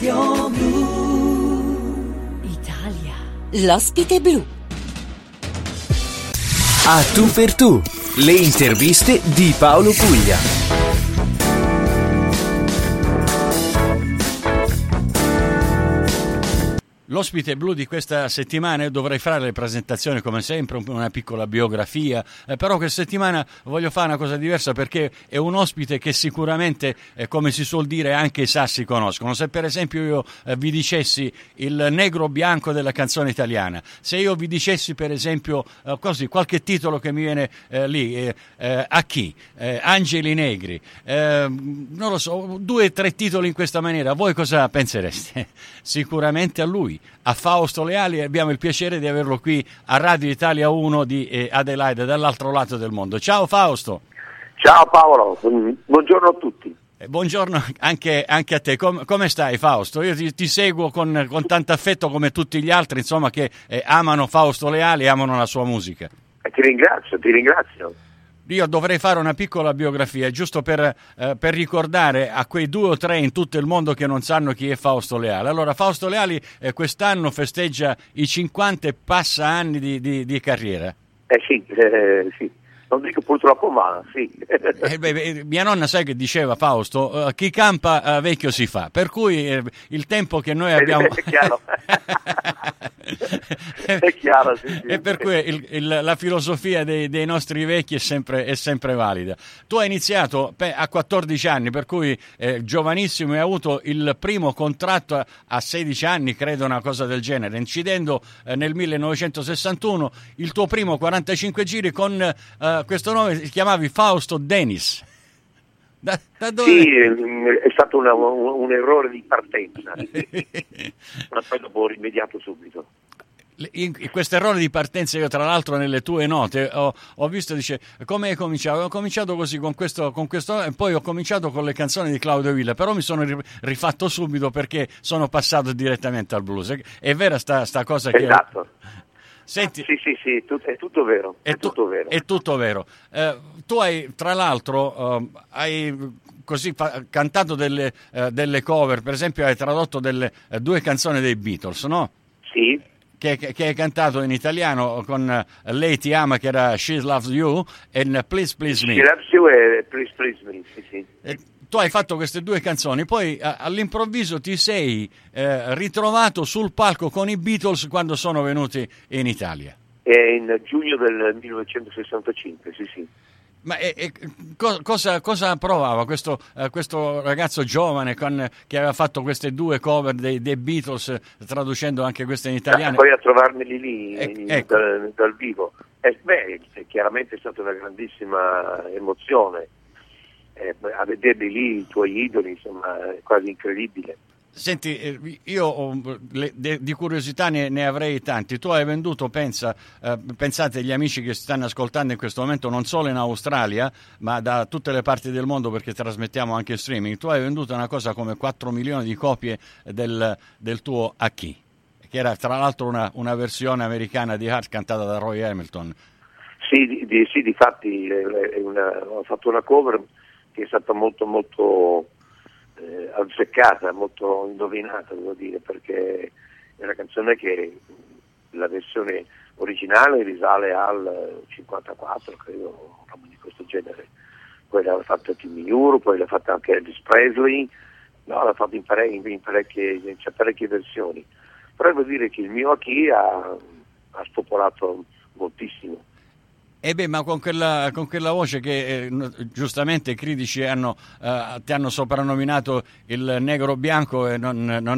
Radio Blu Italia. L'ospite blu. A tu per tu, le interviste di Paolo Puglia. L'ospite blu di questa settimana, io dovrei fare le presentazioni come sempre, una piccola biografia, però questa settimana voglio fare una cosa diversa perché è un ospite che sicuramente, come si suol dire, anche i sassi conoscono. Se per esempio io vi dicessi il negro bianco della canzone italiana, se io vi dicessi per esempio così qualche titolo che mi viene a chi? Angeli Negri, non lo so, 2 o 3 titoli in questa maniera, voi cosa pensereste? Sicuramente a lui. A Fausto Leali, abbiamo il piacere di averlo qui a Radio Italia 1 di Adelaide, dall'altro lato del mondo. Ciao Fausto. Ciao Paolo, buongiorno a tutti. Buongiorno anche a te. Come stai Fausto? Io ti seguo con tanto affetto come tutti gli altri, insomma, che amano Fausto Leali e amano la sua musica. Ti ringrazio. Io dovrei fare una piccola biografia, giusto per ricordare a quei 2 o 3 in tutto il mondo che non sanno chi è Fausto Leali. Allora, Fausto Leali quest'anno festeggia i 50 e passa anni di carriera. Sì. Non dico purtroppo, ma sì. Mia nonna, sai che diceva Fausto? Chi campa vecchio si fa. Per cui il tempo che noi abbiamo... È chiaro. È chiaro, sì. E per cui la filosofia dei nostri vecchi è sempre valida. Tu hai iniziato a 14 anni, per cui giovanissimo, e hai avuto il primo contratto a 16 anni, credo, una cosa del genere, incidendo nel 1961 il tuo primo 45 giri con questo nome, ti chiamavi Fausto Denis. Da dove? Sì, è stato un errore di partenza, ma poi dopo ho rimediato subito. In questo errore di partenza, io tra l'altro nelle tue note ho visto, dice, come hai cominciato? Ho cominciato così con questo e poi ho cominciato con le canzoni di Claudio Villa, però mi sono rifatto subito perché sono passato direttamente al blues. È vera sta cosa che... Esatto. Senti, sì, è tutto vero. È tutto vero. Tu hai, tra l'altro, hai così cantato delle cover, per esempio hai tradotto 2 canzoni dei Beatles, no? Sì. Che hai cantato in italiano con Lei ti ama, che era She Loves You, e Please Please Me. She Loves You e Please Please Me, sì. Tu hai fatto queste 2 canzoni, poi all'improvviso ti sei ritrovato sul palco con i Beatles quando sono venuti in Italia. In giugno del 1965, sì. Ma cosa provava questo ragazzo giovane che aveva fatto queste 2 cover dei Beatles, traducendo anche queste in italiano? Poi a trovarmeli lì ecco. dal vivo. Chiaramente è stata una grandissima emozione. A vederli lì, i tuoi idoli, insomma, è quasi incredibile. Senti, io di curiosità ne avrei tanti. Tu hai venduto, pensate gli amici che stanno ascoltando in questo momento, non solo in Australia, ma da tutte le parti del mondo, perché trasmettiamo anche streaming, tu hai venduto una cosa come 4 milioni di copie del tuo A Chi, che era tra l'altro una versione americana di Heart cantata da Roy Hamilton. Sì, difatti ho fatto una cover che è stata molto azzeccata, molto indovinata, devo dire, perché è una canzone che la versione originale risale al 54, credo, di questo genere. Poi l'ha fatta Timmy Ure, poi l'ha fatta anche Elvis Presley, l'ha fatta in parecchie versioni. Però devo dire che il mio A Chi ha spopolato moltissimo. Ma con quella voce che giustamente i critici ti hanno soprannominato il negro bianco, non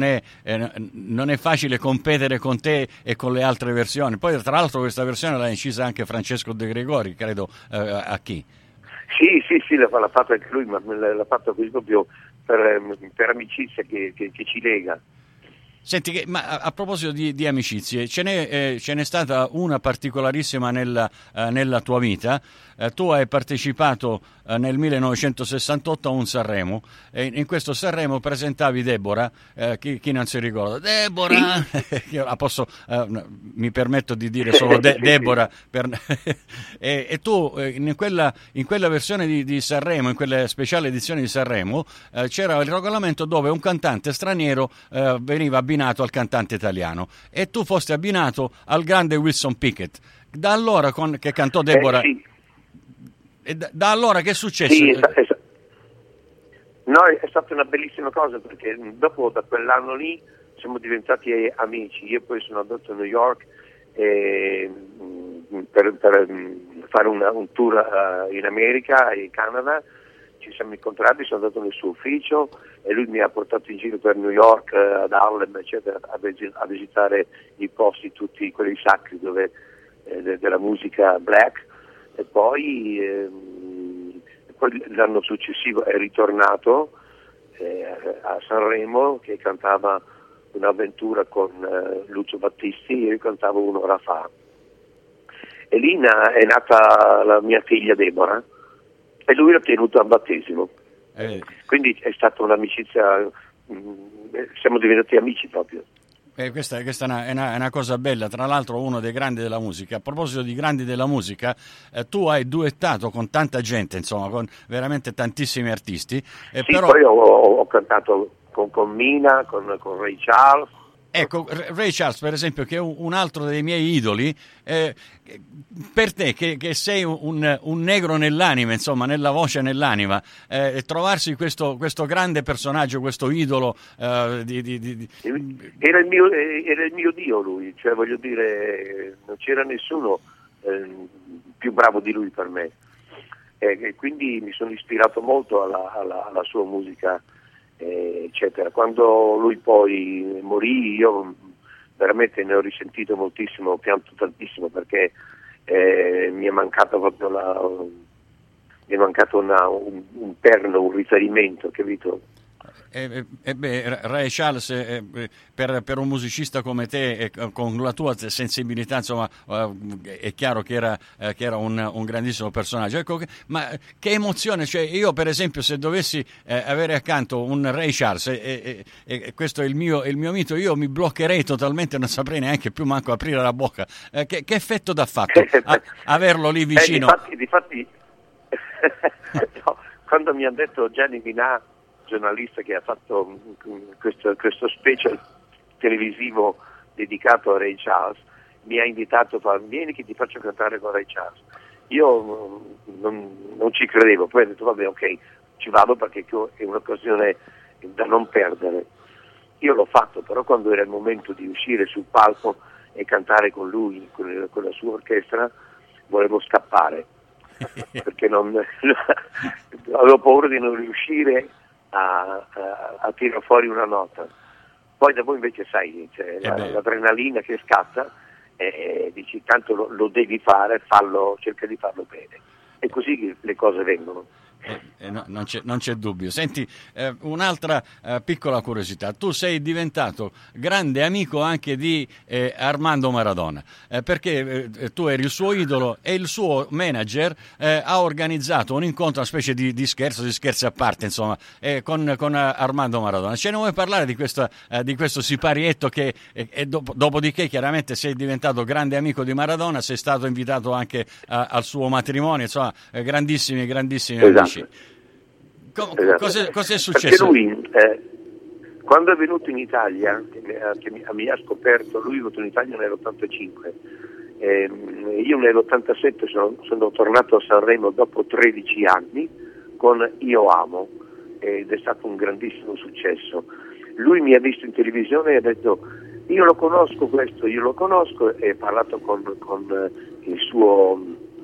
è facile competere con te e con le altre versioni. Poi tra l'altro questa versione l'ha incisa anche Francesco De Gregori, credo, A Chi. Sì, l'ha fatto anche lui, ma l'ha fatto così proprio per amicizia che ci lega. Senti, ma a proposito di amicizie, ce n'è stata una particolarissima nella tua vita. Tu hai partecipato nel 1968 a un Sanremo e in questo Sanremo presentavi Deborah, chi non si ricorda? Deborah! Io mi permetto di dire solo Deborah. E tu in quella versione di Sanremo, in quella speciale edizione di Sanremo, c'era il regolamento dove un cantante straniero veniva abbinato al cantante italiano e tu fosti abbinato al grande Wilson Pickett. Da allora che cantò Deborah... Sì. E da allora che è successo? Sì, no, è stata una bellissima cosa perché dopo da quell'anno lì siamo diventati amici. Io poi sono andato a New York per fare un tour in America e in Canada. Ci siamo incontrati, sono andato nel suo ufficio e lui mi ha portato in giro per New York, ad Harlem, eccetera, a visitare i posti tutti quelli sacri dove della musica black. E poi l'anno successivo è ritornato a Sanremo che cantava un'avventura con Lucio Battisti e io cantavo Un'ora fa. E lì è nata la mia figlia Deborah e lui l'ha tenuto al battesimo. Quindi è stata un'amicizia, siamo diventati amici proprio. Questa è una cosa bella, tra l'altro uno dei grandi della musica. A proposito di grandi della musica, tu hai duettato con tanta gente, insomma, con veramente tantissimi artisti. Sì, però... poi ho cantato con Mina, con Ray Charles. Ecco, Ray Charles per esempio, che è un altro dei miei idoli, per te che sei un negro nell'anima, insomma, nella voce, nell'anima, trovarsi questo grande personaggio, questo idolo Era il mio Dio lui, cioè voglio dire, non c'era nessuno più bravo di lui per me, e quindi mi sono ispirato molto alla sua musica, eccetera. Quando lui poi morì io veramente ne ho risentito moltissimo, ho pianto tantissimo perché mi è mancato proprio un perno, un riferimento, capito? Ray Charles, per un musicista come te, con la tua sensibilità, insomma, è chiaro che era un grandissimo personaggio. Ecco, ma che emozione! Cioè, io, per esempio, se dovessi avere accanto un Ray Charles, e questo è il mio mito, io mi bloccherei totalmente, non saprei neanche più manco aprire la bocca. Che effetto dà fatto averlo lì vicino? Difatti no, quando mi ha detto Gianni Minà, giornalista che ha fatto questo special televisivo dedicato a Ray Charles, mi ha invitato a vieni che ti faccio cantare con Ray Charles. Io non ci credevo, poi ho detto vabbè, ok, ci vado perché è un'occasione da non perdere. Io l'ho fatto, però quando era il momento di uscire sul palco e cantare con lui, con la sua orchestra, volevo scappare perché avevo paura di non riuscire a tirare fuori una nota. Poi da voi invece sai, c'è l'adrenalina che scatta e dici tanto lo devi fare, cerca di farlo bene, e così le cose vengono. No, non c'è dubbio. Senti, un'altra piccola curiosità: tu sei diventato grande amico anche di Armando Maradona, perché tu eri il suo idolo e il suo manager ha organizzato un incontro, una specie di scherzi a parte, insomma, con Armando Maradona. Ce ne vuoi parlare di questo siparietto che dopodiché chiaramente sei diventato grande amico di Maradona, sei stato invitato anche al suo matrimonio, insomma, grandissimi amici. Cos'è successo? Perché lui, quando è venuto in Italia, che mi ha scoperto, lui è venuto in Italia nell'85, io nell'87 sono tornato a Sanremo dopo 13 anni con Io Amo, ed è stato un grandissimo successo. Lui mi ha visto in televisione e ha detto io lo conosco, e ha parlato con il suo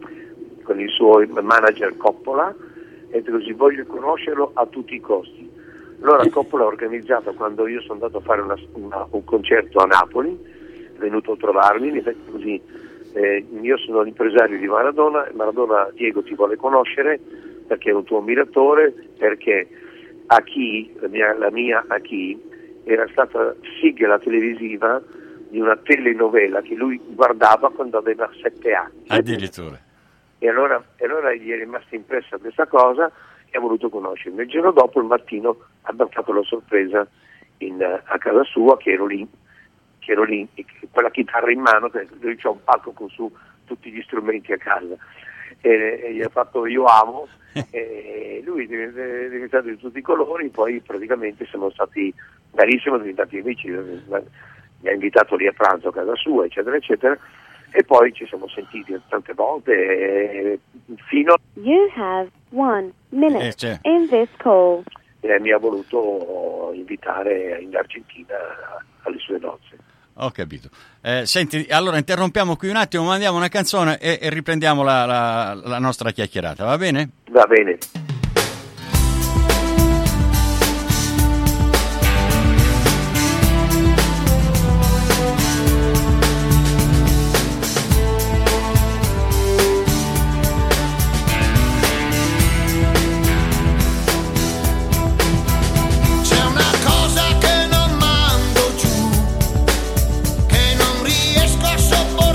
manager Coppola, e così voglio conoscerlo a tutti i costi. Allora Coppola ha organizzato, quando io sono andato a fare un concerto a Napoli, è venuto a trovarmi, mi ha detto così, io sono l'impresario di Maradona, Diego ti vuole conoscere perché è un tuo ammiratore, perché la mia Aki era stata sigla televisiva di una telenovela che lui guardava quando aveva 7 anni. Addirittura. E allora gli è rimasta impressa questa cosa e ha voluto conoscermi. Il giorno dopo, il mattino, abbiamo fatto la sorpresa a casa sua, che ero lì, con la chitarra in mano, perché lui c'ha un palco con su tutti gli strumenti a casa. E gli ha fatto Io amo, e lui è diventato di tutti i colori. Poi praticamente siamo stati carissimi, diventati amici. Mi ha invitato lì a pranzo a casa sua, eccetera eccetera, e poi ci siamo sentiti tante volte fino You have 1 minute in this call. Mi ha voluto invitare in Argentina alle sue nozze. Ho capito. Senti, allora interrompiamo qui un attimo, mandiamo una canzone e riprendiamo la nostra chiacchierata, va bene? Va bene.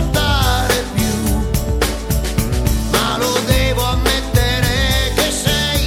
Devo ammettere che sei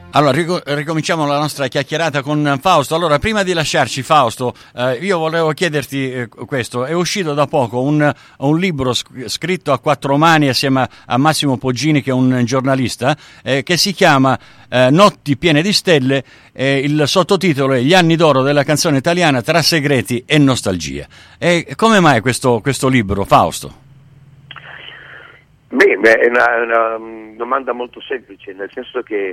Allora, ricominciamo la nostra chiacchierata con Fausto. Allora, prima di lasciarci, Fausto, io volevo chiederti questo. È uscito da poco un libro scritto a quattro mani assieme a Massimo Poggini, che è un giornalista, che si chiama Notti piene di stelle. Il sottotitolo è Gli anni d'oro della canzone italiana tra segreti e nostalgia. Come mai questo libro, Fausto? Beh, è una domanda molto semplice, nel senso che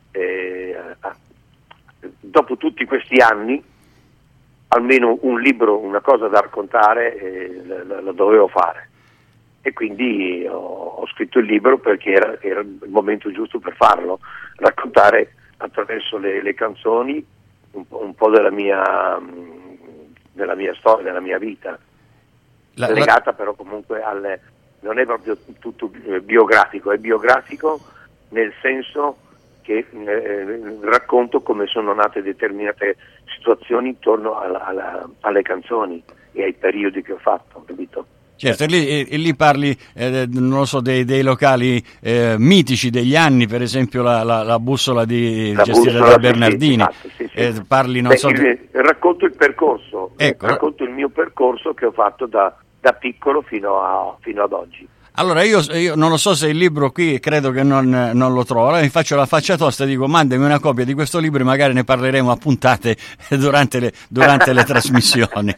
dopo tutti questi anni almeno un libro, una cosa da raccontare la dovevo fare, e quindi ho scritto il libro perché era il momento giusto per farlo, raccontare attraverso le canzoni un po' della mia storia, della mia vita, legata però comunque non è proprio tutto biografico, è biografico nel senso che racconto come sono nate determinate situazioni intorno alle canzoni e ai periodi che ho fatto, capito? Certo, e lì parli, non lo so, dei locali mitici degli anni, per esempio la bussola gestita da Bernardini. Sì. Parli, non so... Racconto il percorso, ecco. Racconto il mio percorso che ho fatto da piccolo fino ad oggi. Allora io non lo so se il libro qui, credo che non lo trovo, allora mi faccio la faccia tosta e dico mandami una copia di questo libro e magari ne parleremo a puntate durante le trasmissioni.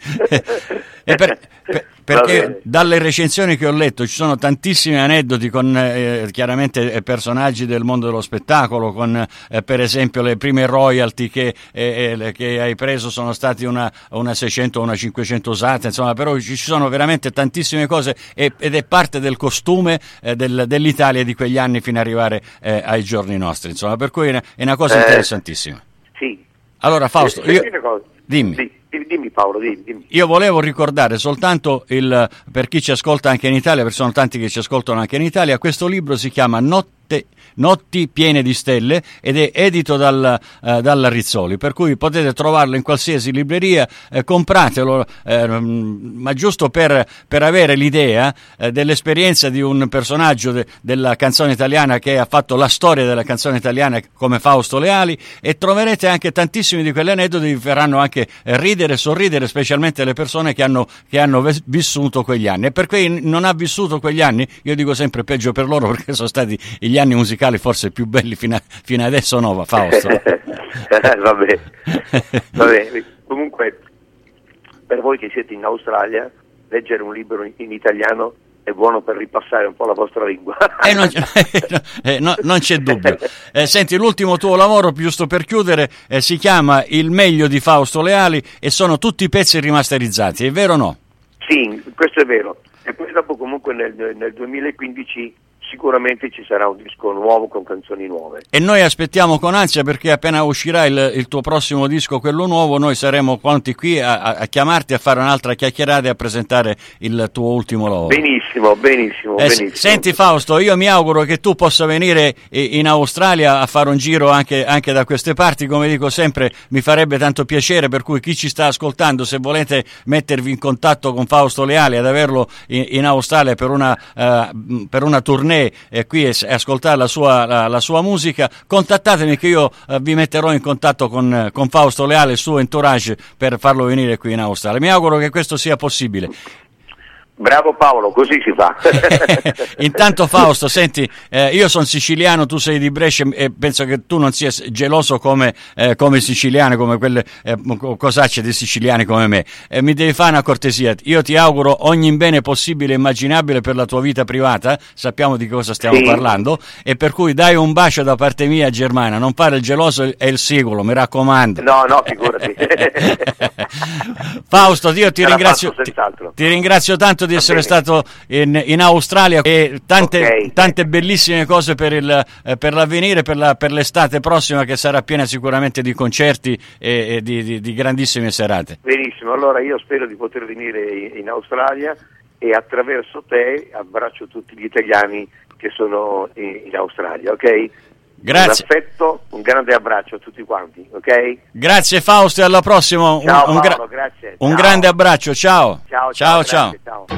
Perché dalle recensioni che ho letto ci sono tantissimi aneddoti con chiaramente personaggi del mondo dello spettacolo, con per esempio le prime royalty che hai preso sono stati una 600 o una 500 usate, insomma, però ci sono veramente tantissime cose ed è parte del costume dell'Italia di quegli anni fino ad arrivare ai giorni nostri, insomma, per cui è una cosa interessantissima. Sì. Allora Fausto, dimmi. Dimmi Paolo, dimmi. Io volevo ricordare soltanto per chi ci ascolta anche in Italia, perché sono tanti che ci ascoltano anche in Italia, questo libro si chiama Notti piene di stelle ed è edito dalla Rizzoli, per cui potete trovarlo in qualsiasi libreria, compratelo, ma giusto per avere l'idea dell'esperienza di un personaggio della canzone italiana che ha fatto la storia della canzone italiana come Fausto Leali, e troverete anche tantissimi di quegli aneddoti che vi faranno anche ridere, sorridere, specialmente le persone che hanno vissuto quegli anni. E per chi non ha vissuto quegli anni, io dico sempre peggio per loro, perché sono stati gli anni musicali forse più belli fino adesso, no, Fausto? Vabbè. Comunque, per voi che siete in Australia, leggere un libro in italiano è buono per ripassare un po' la vostra lingua. Non c'è dubbio. Senti, l'ultimo tuo lavoro, giusto per chiudere, si chiama Il meglio di Fausto Leali e sono tutti pezzi rimasterizzati, è vero o no? Sì, questo è vero. E poi dopo comunque nel 2015 sicuramente ci sarà un disco nuovo con canzoni nuove. E noi aspettiamo con ansia, perché appena uscirà il tuo prossimo disco, quello nuovo, noi saremo quanti qui a chiamarti, a fare un'altra chiacchierata e a presentare il tuo ultimo lavoro. Benissimo. Senti Fausto, io mi auguro che tu possa venire in Australia a fare un giro anche da queste parti, come dico sempre, mi farebbe tanto piacere, per cui chi ci sta ascoltando, se volete mettervi in contatto con Fausto Leali ad averlo in Australia per una tournée qui e ascoltare la sua musica, contattatemi che io vi metterò in contatto con Fausto Leali e il suo entourage per farlo venire qui in Australia. Mi auguro che questo sia possibile. Bravo Paolo, così si fa. Intanto Fausto, senti, io sono siciliano, tu sei di Brescia e penso che tu non sia geloso come siciliano, come quelle cosacce di siciliani come me. Mi devi fare una cortesia, io ti auguro ogni bene possibile e immaginabile per la tua vita privata, sappiamo di cosa stiamo parlando, e per cui dai un bacio da parte mia a Germana, non fare il geloso e il sicolo, mi raccomando. No, figurati. Fausto, io ti ringrazio tanto di essere stato in Australia, e tante bellissime cose per l'avvenire, per l'estate prossima, che sarà piena sicuramente di concerti e di grandissime serate. Benissimo, allora io spero di poter venire in Australia e attraverso te abbraccio tutti gli italiani che sono in Australia, ok? Grazie. Un affetto, un grande abbraccio a tutti quanti, ok? Grazie Fausto e alla prossima. Ciao Paolo, grazie. Un grande abbraccio, ciao. Ciao.